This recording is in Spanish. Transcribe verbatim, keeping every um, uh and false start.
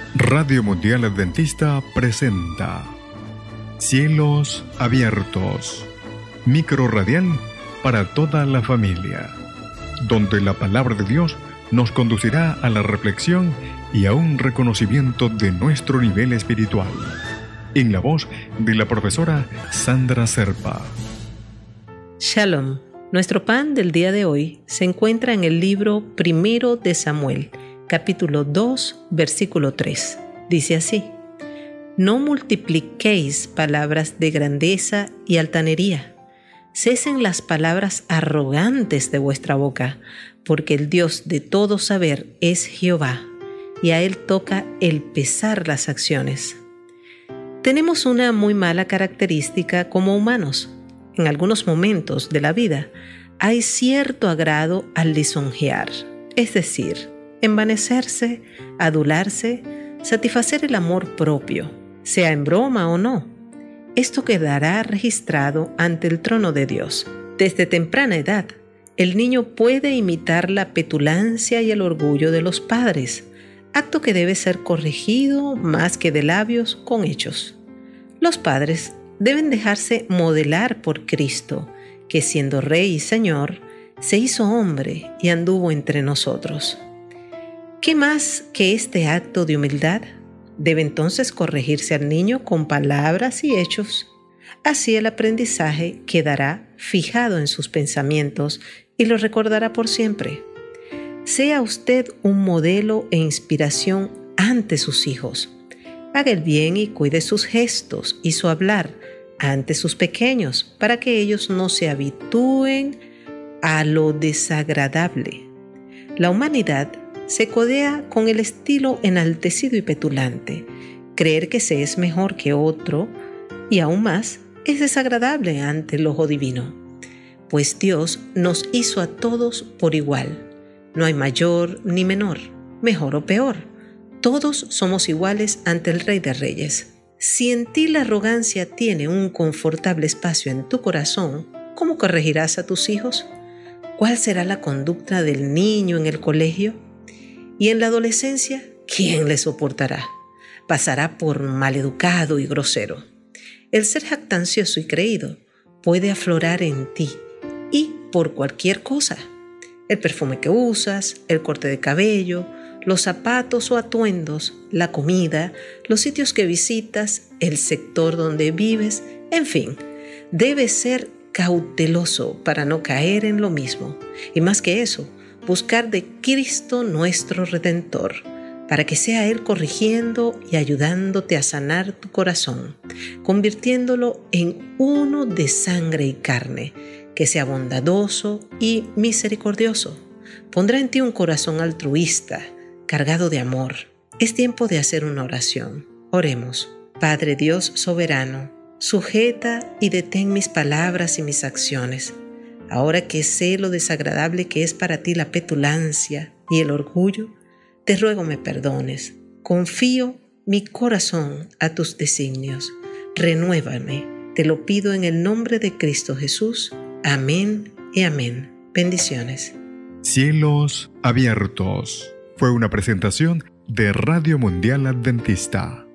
Radio Mundial Adventista presenta Cielos Abiertos, micro radial para toda la familia, donde la palabra de Dios nos conducirá a la reflexión y a un reconocimiento de nuestro nivel espiritual, en la voz de la profesora Sandra Serpa. Shalom. Nuestro pan del día de hoy se encuentra en el libro Primero de Samuel, capítulo dos, versículo tres. Dice así: No multipliquéis palabras de grandeza y altanería. Cesen las palabras arrogantes de vuestra boca, porque el Dios de todo saber es Jehová, y a Él toca el pesar las acciones. Tenemos una muy mala característica como humanos. En algunos momentos de la vida hay cierto agrado al lisonjear, es decir, envanecerse, adularse, satisfacer el amor propio, sea en broma o no. Esto quedará registrado ante el trono de Dios. Desde temprana edad, el niño puede imitar la petulancia y el orgullo de los padres, acto que debe ser corregido más que de labios con hechos. Los padres deben dejarse modelar por Cristo, que siendo Rey y Señor, se hizo hombre y anduvo entre nosotros. ¿Qué más que este acto de humildad? Debe entonces corregirse al niño con palabras y hechos. Así el aprendizaje quedará fijado en sus pensamientos y lo recordará por siempre. Sea usted un modelo e inspiración ante sus hijos. Haga el bien y cuide sus gestos y su hablar ante sus pequeños, para que ellos no se habitúen a lo desagradable. La humanidad se codea con el estilo enaltecido y petulante. Creer que se es mejor que otro, y aún más, es desagradable ante el ojo divino. Pues Dios nos hizo a todos por igual. No hay mayor ni menor, mejor o peor. Todos somos iguales ante el Rey de Reyes. Si en ti la arrogancia tiene un confortable espacio en tu corazón, ¿cómo corregirás a tus hijos? ¿Cuál será la conducta del niño en el colegio? Y en la adolescencia, ¿quién le soportará? Pasará por maleducado y grosero. El ser jactancioso y creído puede aflorar en ti y por cualquier cosa. El perfume que usas, el corte de cabello, los zapatos o atuendos, la comida, los sitios que visitas, el sector donde vives, en fin, debes ser cauteloso para no caer en lo mismo. Y más que eso, buscar de Cristo nuestro Redentor, para que sea Él corrigiendo y ayudándote a sanar tu corazón, convirtiéndolo en uno de sangre y carne, que sea bondadoso y misericordioso. Pondrá en ti un corazón altruista, cargado de amor. Es tiempo de hacer una oración. Oremos. Padre Dios soberano, sujeta y detén mis palabras y mis acciones. Ahora que sé lo desagradable que es para ti la petulancia y el orgullo, te ruego me perdones. Confío mi corazón a tus designios. Renuévame. Te lo pido en el nombre de Cristo Jesús. Amén y amén. Bendiciones. Cielos Abiertos fue una presentación de Radio Mundial Adventista.